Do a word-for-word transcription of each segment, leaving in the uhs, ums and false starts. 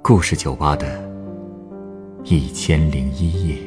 故事酒吧的一千零一夜。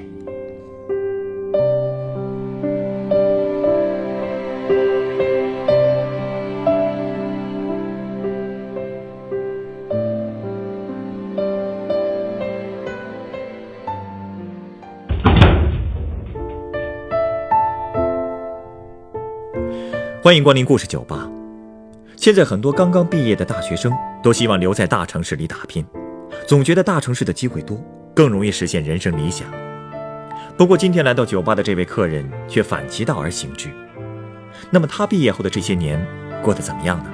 欢迎光临故事酒吧。现在很多刚刚毕业的大学生都希望留在大城市里打拼，总觉得大城市的机会多，更容易实现人生理想。不过今天来到酒吧的这位客人却反其道而行之。那么他毕业后的这些年过得怎么样呢？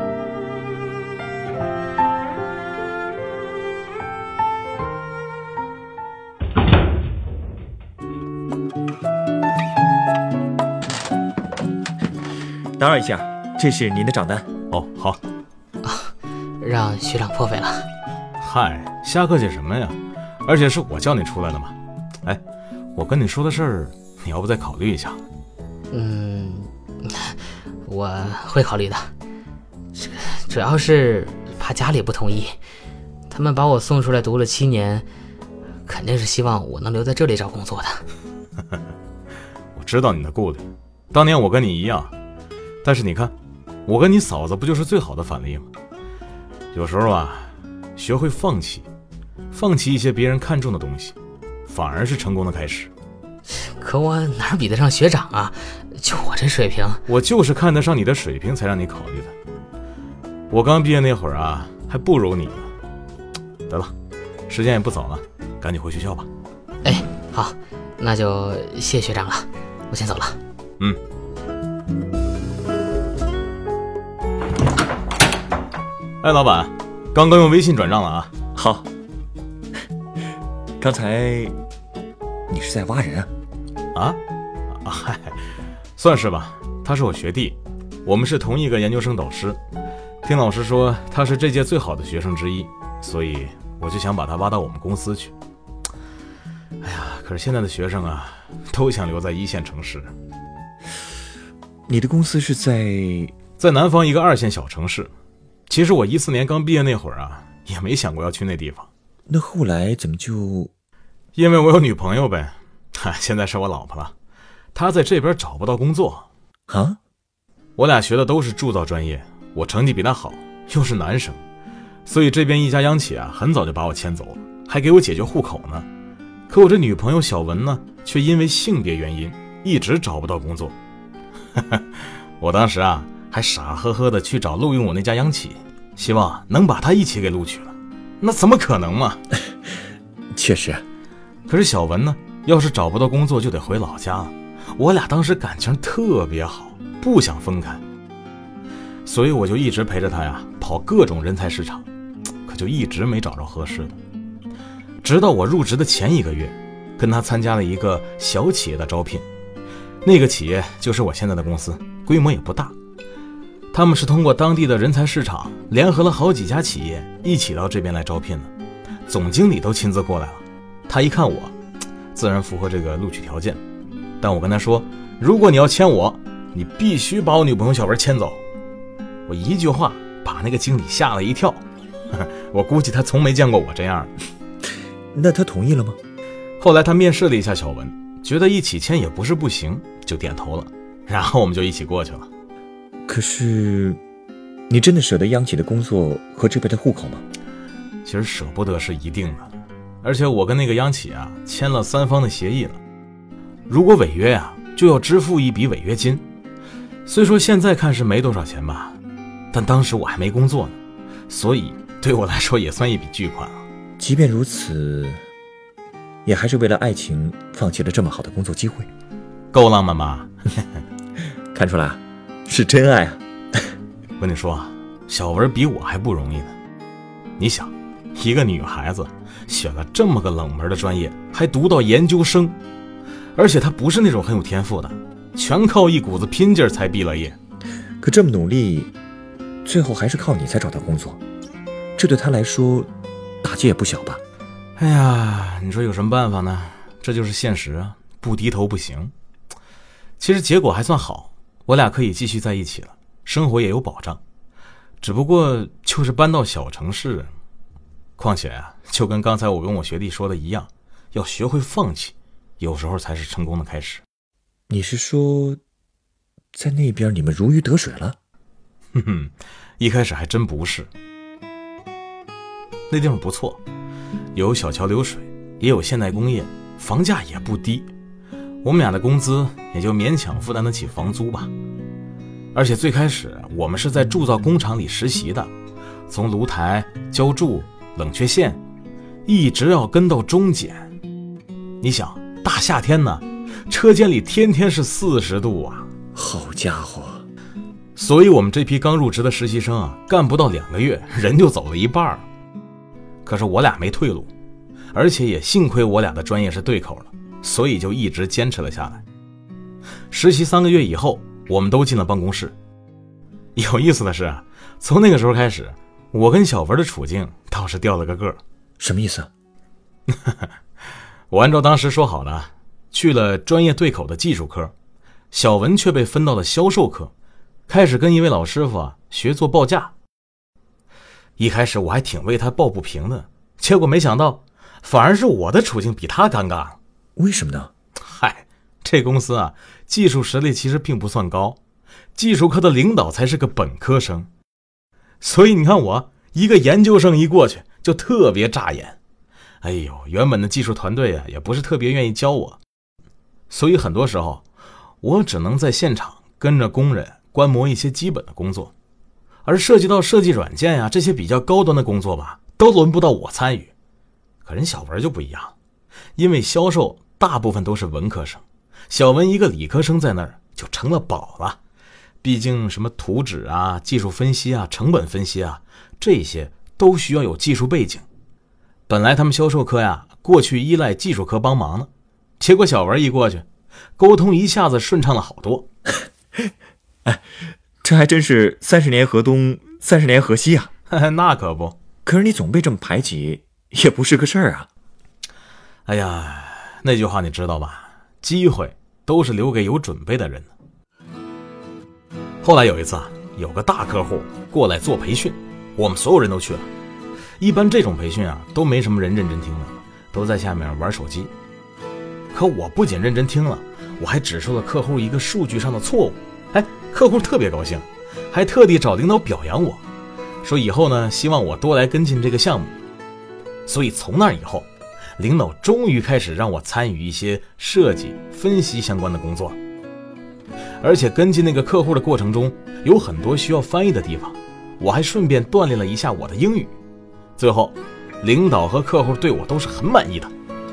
打扰一下，这是您的账单。 哦，好。 啊，让学长破费了。 嗨，瞎客气什么呀？而且是我叫你出来的嘛。哎，我跟你说的事儿，你要不再考虑一下？ 嗯，我会考虑的。主要是怕家里不同意，他们把我送出来读了七年，肯定是希望我能留在这里找工作的。 我知道你的顾虑，当年我跟你一样。但是你看，我跟你嫂子不就是最好的反例吗？有时候啊，学会放弃，放弃一些别人看重的东西，反而是成功的开始。 可我哪比得上学长啊？就我这水平， 我就是看得上你的水平才让你考虑的。我刚毕业那会儿啊，还不如你呢。得了，时间也不早了，赶紧回学校吧。 哎，好，那就谢谢学长了，我先走了。 嗯。哎，老板，刚刚用微信转账了啊。 好。刚才你是在挖人啊？ 啊？啊嗨，算是吧。他是我学弟，我们是同一个研究生导师。听老师说他是这届最好的学生之一，所以我就想把他挖到我们公司去。哎呀，可是现在的学生啊，都想留在一线城市。 你的公司是在在南方一个二线小城市。其实我一四年刚毕业那会儿啊，也没想过要去那地方。 那后来怎么就…… 因为我有女朋友呗，现在是我老婆了。她在这边找不到工作啊。 我俩学的都是铸造专业，我成绩比她好，又是男生，所以这边一家央企啊，很早就把我签走了，还给我解决户口呢。可我这女朋友小文呢，却因为性别原因一直找不到工作。我当时啊，还傻呵呵的去找录用我那家央企，希望能把他一起给录取了。那怎么可能嘛？ 确实。 可是小文呢，要是找不到工作就得回老家了。我俩当时感情特别好，不想分开，所以我就一直陪着他呀，跑各种人才市场，可就一直没找着合适的。直到我入职的前一个月，跟他参加了一个小企业的招聘，那个企业就是我现在的公司，规模也不大。他们是通过当地的人才市场联合了好几家企业一起到这边来招聘的，总经理都亲自过来了。他一看我，自然符合这个录取条件，但我跟他说，如果你要签我，你必须把我女朋友小文签走。我一句话把那个经理吓了一跳，我估计他从没见过我这样。 那他同意了吗？ 后来他面试了一下小文，觉得一起签也不是不行，就点头了，然后我们就一起过去了。 可是你真的舍得央企的工作和这边的户口吗？ 其实舍不得是一定的，而且我跟那个央企啊签了三方的协议了，如果违约啊就要支付一笔违约金。虽说现在看是没多少钱吧，但当时我还没工作呢，所以对我来说也算一笔巨款了。 即便如此，也还是为了爱情放弃了这么好的工作机会。 够浪漫吧？ 看出来是真爱啊。 我跟你说啊，小文比我还不容易呢。你想，一个女孩子选了这么个冷门的专业，还读到研究生，而且她不是那种很有天赋的，全靠一股子拼劲才毕了业。 可这么努力，最后还是靠你才找到工作，这对她来说打击也不小吧？ 哎呀，你说有什么办法呢？这就是现实啊，不低头不行。其实结果还算好，我俩可以继续在一起了，生活也有保障。只不过就是搬到小城市， 况且啊，就跟刚才我跟我学弟说的一样，要学会放弃，有时候才是成功的开始。 你是说，在那边你们如鱼得水了？ 哼哼，一开始还真不是。那地方不错，有小桥流水，也有现代工业，房价也不低，我们俩的工资也就勉强负担得起房租吧。而且最开始我们是在铸造工厂里实习的，从炉台、浇铸、冷却线，一直要跟到中检。你想，大夏天呢，车间里天天是四十度啊！ 好家伙！ 所以我们这批刚入职的实习生啊，干不到两个月，人就走了一半了。可是我俩没退路，而且也幸亏我俩的专业是对口的，所以就一直坚持了下来。实习三个月以后，我们都进了办公室。有意思的是，从那个时候开始，我跟小文的处境倒是掉了个个。 什么意思？ 我按照当时说好的，去了专业对口的技术科，小文却被分到了销售科，开始跟一位老师傅啊学做报价。一开始我还挺为他抱不平的，结果没想到反而是我的处境比他尴尬。 为什么呢？ 嗨，这公司啊，技术实力其实并不算高，技术科的领导才是个本科生，所以你看我一个研究生一过去就特别扎眼。哎呦，原本的技术团队啊也不是特别愿意教我，所以很多时候我只能在现场跟着工人观摩一些基本的工作，而涉及到设计软件呀、啊、这些比较高端的工作吧，都轮不到我参与。可人小文就不一样，因为销售大部分都是文科生，小文一个理科生在那儿就成了宝了。毕竟什么图纸啊、技术分析啊、成本分析啊，这些都需要有技术背景。本来他们销售科呀，过去依赖技术科帮忙呢，结果小文一过去，沟通一下子顺畅了好多。 哎，这还真是三十年河东，三十年河西啊！ 那可不。 可是你总被这么排挤，也不是个事儿啊。 哎呀，那句话你知道吧？机会都是留给有准备的人的。后来有一次啊，有个大客户过来做培训，我们所有人都去了。一般这种培训啊，都没什么人认真听的，都在下面玩手机。可我不仅认真听了，我还指出了客户一个数据上的错误。哎，客户特别高兴，还特地找领导表扬我，说以后呢，希望我多来跟进这个项目。所以从那以后，领导终于开始让我参与一些设计、分析相关的工作。而且跟进那个客户的过程中，有很多需要翻译的地方，我还顺便锻炼了一下我的英语。最后，领导和客户对我都是很满意的。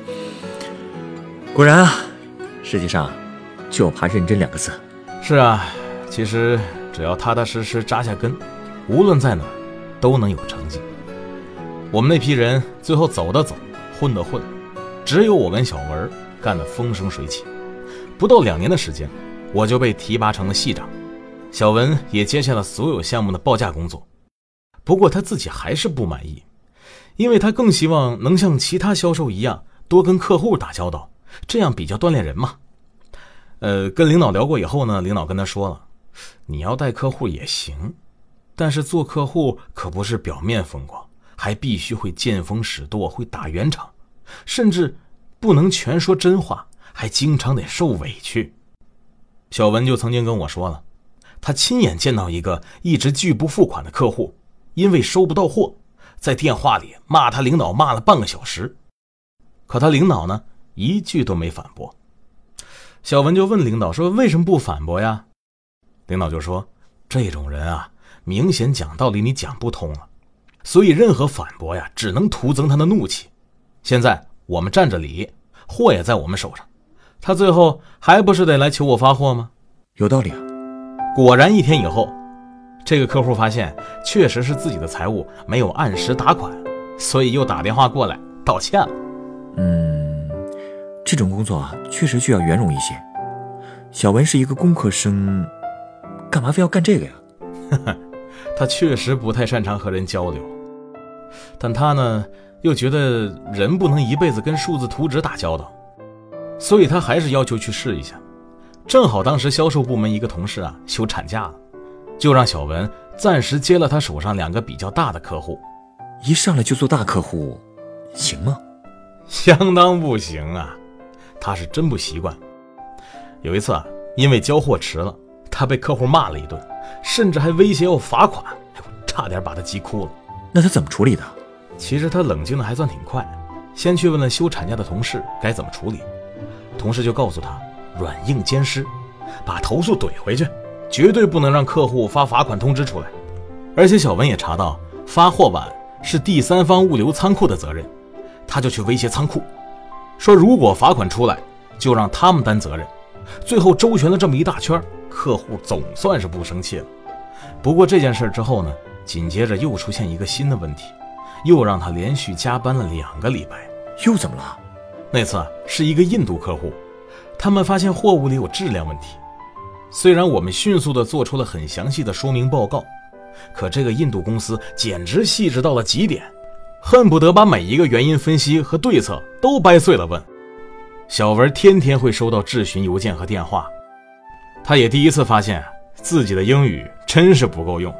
果然啊，世界上就怕认真两个字。 是啊，其实只要踏踏实实扎下根，无论在哪儿都能有成绩。我们那批人最后走的走，混的混，只有我跟小文干得风生水起。不到两年的时间，我就被提拔成了系长，小文也接下了所有项目的报价工作。不过他自己还是不满意，因为他更希望能像其他销售一样多跟客户打交道，这样比较锻炼人嘛。呃，跟领导聊过以后呢，领导跟他说了，你要带客户也行，但是做客户可不是表面风光，还必须会见风使舵，会打圆场，甚至不能全说真话，还经常得受委屈。小文就曾经跟我说了，他亲眼见到一个一直拒不付款的客户，因为收不到货，在电话里骂他领导骂了半个小时，可他领导呢，一句都没反驳。小文就问领导说，为什么不反驳呀？领导就说，这种人啊，明显讲道理你讲不通了，所以任何反驳呀，只能徒增他的怒气。现在我们占着理，货也在我们手上，他最后还不是得来求我发货吗？ 有道理啊。 果然一天以后，这个客户发现确实是自己的财务没有按时打款，所以又打电话过来道歉了。 嗯，这种工作啊，确实需要圆融一些。小文是一个工科生，干嘛非要干这个呀？ 他确实不太擅长和人交流，但他呢又觉得人不能一辈子跟数字图纸打交道，所以他还是要求去试一下。正好当时销售部门一个同事啊休产假了，就让小文暂时接了他手上两个比较大的客户。 一上来就做大客户，行吗？ 相当不行啊，他是真不习惯。有一次啊，因为交货迟了，他被客户骂了一顿，甚至还威胁要罚款，哎，我差点把他急哭了。 那他怎么处理的？ 其实他冷静的还算挺快，先去问了休产假的同事该怎么处理，同事就告诉他软硬兼施，把投诉怼回去，绝对不能让客户发罚款通知出来。而且小文也查到发货晚是第三方物流仓库的责任，他就去威胁仓库，说如果罚款出来就让他们担责任。最后周旋了这么一大圈，客户总算是不生气了。不过这件事之后呢，紧接着又出现一个新的问题，又让他连续加班了两个礼拜。 又怎么了？ 那次是一个印度客户，他们发现货物里有质量问题。虽然我们迅速地做出了很详细的说明报告，可这个印度公司简直细致到了极点，恨不得把每一个原因分析和对策都掰碎了问。小文天天会收到质询邮件和电话，他也第一次发现自己的英语真是不够用。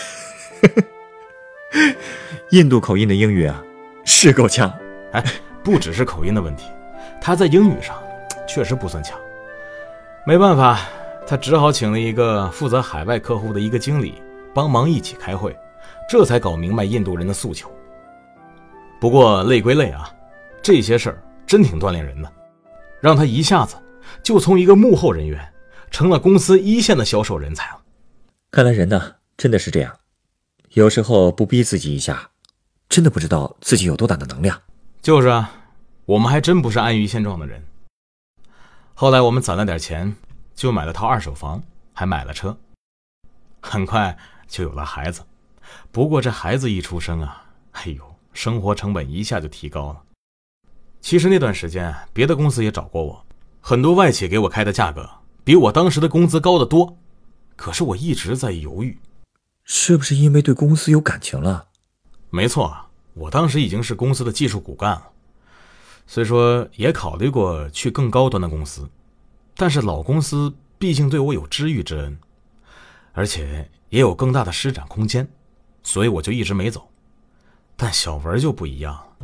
印度口音的英语啊，是够呛。 哎，不只是口音的问题，他在英语上确实不算强。没办法，他只好请了一个负责海外客户的一个经理帮忙一起开会，这才搞明白印度人的诉求。不过累归累啊，这些事儿真挺锻炼人的，让他一下子就从一个幕后人员成了公司一线的销售人才了。 看来人呢，真的是这样，有时候不逼自己一下，真的不知道自己有多大的能量。 就是啊，我们还真不是安于现状的人。后来我们攒了点钱，就买了套二手房，还买了车，很快就有了孩子。不过这孩子一出生啊，哎呦，生活成本一下就提高了。其实那段时间别的公司也找过我，很多外企给我开的价格比我当时的工资高得多，可是我一直在犹豫。 是不是因为对公司有感情了？ 没错，我当时已经是公司的技术骨干了，虽说也考虑过去更高端的公司，但是老公司毕竟对我有知遇之恩，而且也有更大的施展空间，所以我就一直没走。但小文就不一样了。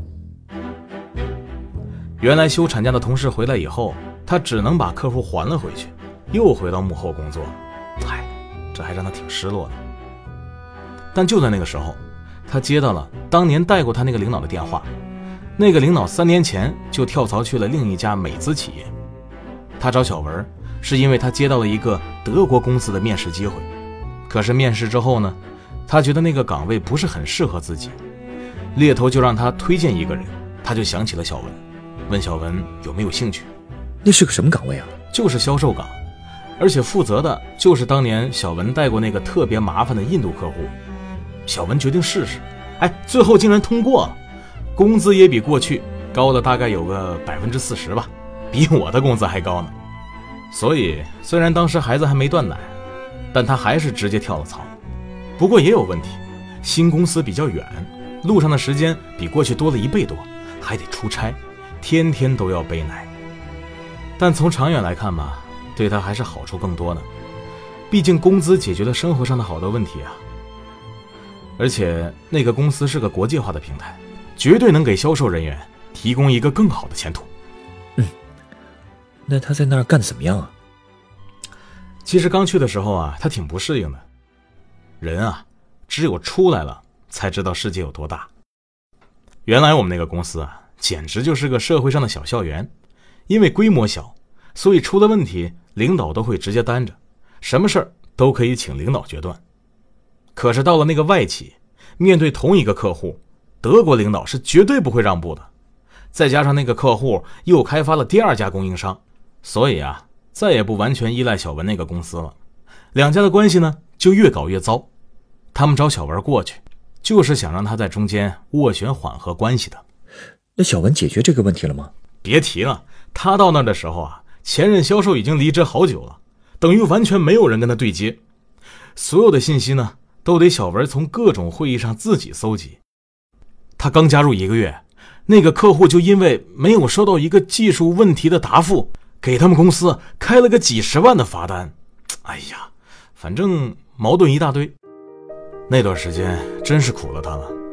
原来休产假的同事回来以后，他只能把客户还了回去，又回到幕后工作。唉，这还让他挺失落的。但就在那个时候，他接到了当年带过他那个领导的电话。那个领导三年前就跳槽去了另一家美资企业。他找小文是因为他接到了一个德国公司的面试机会，可是面试之后呢，他觉得那个岗位不是很适合自己，猎头就让他推荐一个人，他就想起了小文，问小文有没有兴趣。 那是个什么岗位啊？ 就是销售岗，而且负责的就是当年小文带过那个特别麻烦的印度客户。小文决定试试，哎，最后竟然通过了，工资也比过去高了大概有个百分之四十吧，比我的工资还高呢。所以虽然当时孩子还没断奶，但他还是直接跳了槽。不过也有问题，新公司比较远，路上的时间比过去多了一倍多，还得出差，天天都要背奶。但从长远来看吧，对他还是好处更多呢，毕竟工资解决了生活上的好多问题啊。而且那个公司是个国际化的平台，绝对能给销售人员提供一个更好的前途。 嗯，那他在那儿干得怎么样啊？ 其实刚去的时候啊，他挺不适应的。人啊，只有出来了才知道世界有多大。原来我们那个公司啊，简直就是个社会上的小校园。因为规模小，所以出了问题，领导都会直接担着，什么事儿都可以请领导决断。可是到了那个外企，面对同一个客户，德国领导是绝对不会让步的。再加上那个客户又开发了第二家供应商，所以啊，再也不完全依赖小文那个公司了。两家的关系呢，就越搞越糟。他们找小文过去，就是想让他在中间斡旋缓和关系的。 那小文解决这个问题了吗？ 别提了，他到那儿的时候啊，前任销售已经离职好久了，等于完全没有人跟他对接。所有的信息呢，都得小文从各种会议上自己搜集。他刚加入一个月，那个客户就因为没有收到一个技术问题的答复，给他们公司开了个几十万的罚单。哎呀，反正矛盾一大堆。那段时间真是苦了他了，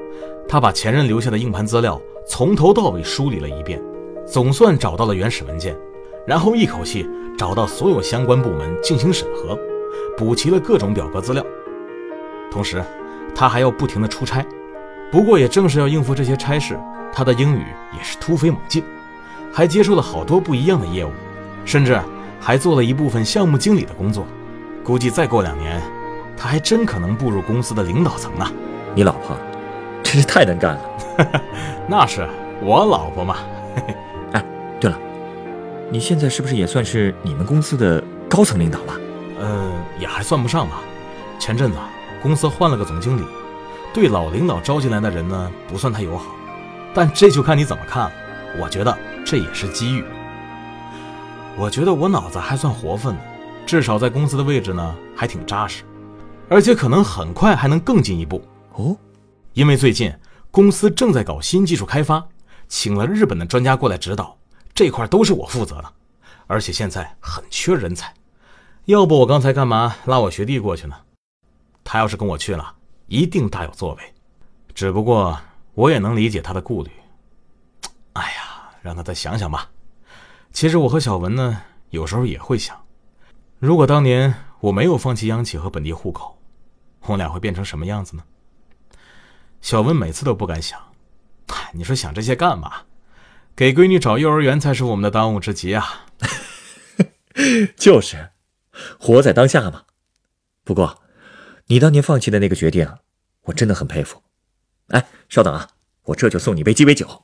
他把前任留下的硬盘资料从头到尾梳理了一遍，总算找到了原始文件，然后一口气找到所有相关部门进行审核，补齐了各种表格资料。同时他还要不停地出差，不过也正是要应付这些差事，他的英语也是突飞猛进，还接触了好多不一样的业务，甚至还做了一部分项目经理的工作。估计再过两年，他还真可能步入公司的领导层呢。 你老婆真是太能干了。 那是我老婆嘛。 哎，对了，你现在是不是也算是你们公司的高层领导了？ 呃，也还算不上吧。前阵子公司换了个总经理，对老领导招进来的人呢不算太友好，但这就看你怎么看了。我觉得这也是机遇。我觉得我脑子还算活泛的，至少在公司的位置呢还挺扎实，而且可能很快还能更进一步。 哦， 因为最近公司正在搞新技术开发，请了日本的专家过来指导，这块都是我负责的，而且现在很缺人才，要不我刚才干嘛拉我学弟过去呢？他要是跟我去了，一定大有作为。只不过我也能理解他的顾虑。哎呀，让他再想想吧。其实我和小文呢，有时候也会想，如果当年我没有放弃央企和本地户口，我俩会变成什么样子呢？小文每次都不敢想。你说想这些干嘛？给闺女找幼儿园才是我们的当务之急啊。 就是，活在当下嘛。不过你当年放弃的那个决定，我真的很佩服。哎，稍等啊，我这就送你杯鸡尾酒。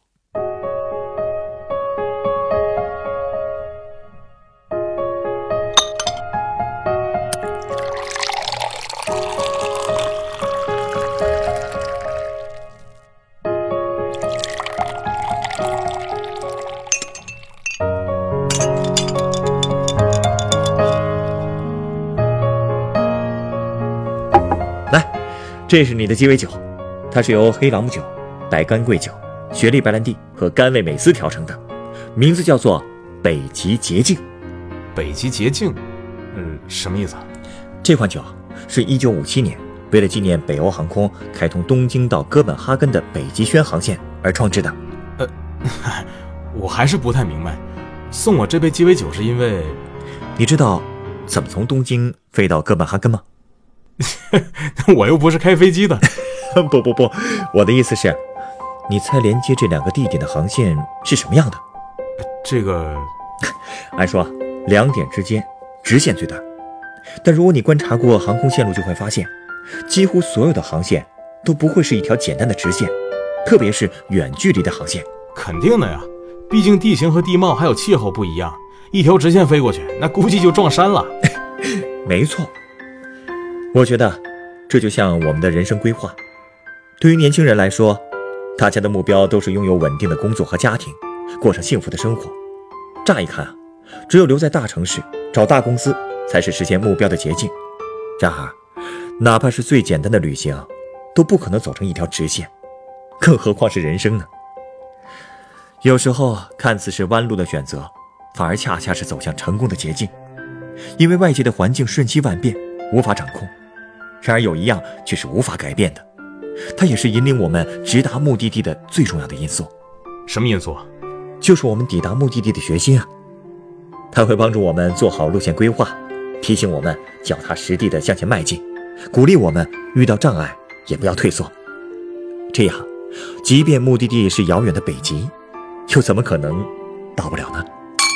这是你的鸡尾酒，它是由黑朗姆酒、白干桂酒、雪莉白兰地和甘味美思调成的，名字叫做北极捷径。 北极捷径，嗯，什么意思啊？ 这款酒是一九五七年为了纪念北欧航空开通东京到哥本哈根的北极轩航线而创制的。 呃，我还是不太明白，送我这杯鸡尾酒是因为…… 你知道怎么从东京飞到哥本哈根吗？ 我又不是开飞机的。 不不不，我的意思是，你猜连接这两个地点的航线是什么样的？ 这个， 按说两点之间直线最短，但如果你观察过航空线路，就会发现，几乎所有的航线都不会是一条简单的直线，特别是远距离的航线。 肯定的呀，毕竟地形和地貌还有气候不一样，一条直线飞过去，那估计就撞山了。 没错。我觉得这就像我们的人生规划，对于年轻人来说，大家的目标都是拥有稳定的工作和家庭，过上幸福的生活。乍一看啊，只有留在大城市找大公司才是实现目标的捷径。然而哪怕是最简单的旅行都不可能走成一条直线，更何况是人生呢？有时候看似是弯路的选择，反而恰恰是走向成功的捷径，因为外界的环境瞬息万变，无法掌控。然而有一样却是无法改变的，它也是引领我们直达目的地的最重要的因素。 什么因素？ 就是我们抵达目的地的决心啊！它会帮助我们做好路线规划，提醒我们脚踏实地地向前迈进，鼓励我们遇到障碍也不要退缩。这样，即便目的地是遥远的北极，又怎么可能到不了呢？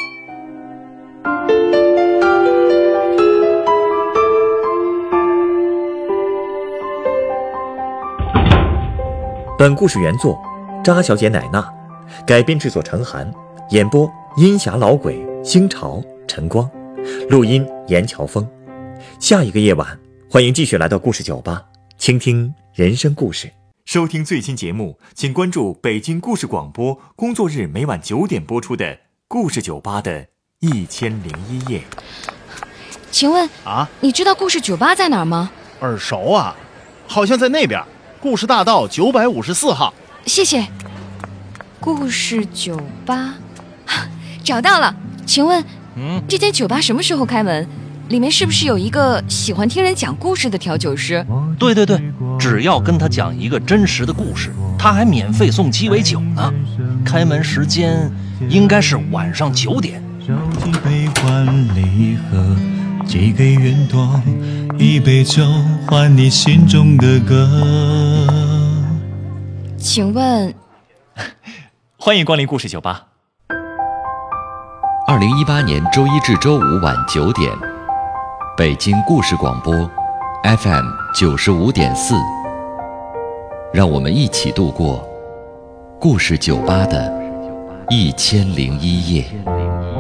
本故事原作扎小姐乃娜，改编制作陈寒，演播阴霞老鬼、星潮、晨光，录音严乔峰。下一个夜晚，欢迎继续来到故事酒吧，倾听人生故事。收听最新节目，请关注北京故事广播，工作日每晚九点播出的故事酒吧的一千零一夜。 请问啊， 你知道故事酒吧在哪儿吗？ 耳熟啊，好像在那边，故事大道九百五十四号。 谢谢。故事酒吧，找到了。请问， 嗯， 这间酒吧什么时候开门？里面是不是有一个喜欢听人讲故事的调酒师？ 对对对，只要跟他讲一个真实的故事， 他还免费送鸡尾酒呢，开门时间应该是晚上九点。 烧几杯换离合，寄给云朵，一杯酒换你心中的歌。 请问， 欢迎光临故事酒吧。 二零一八年周一至周五晚九点，北京故事广播 F M 九十五点四，让我们一起度过故事酒吧的一千零一夜。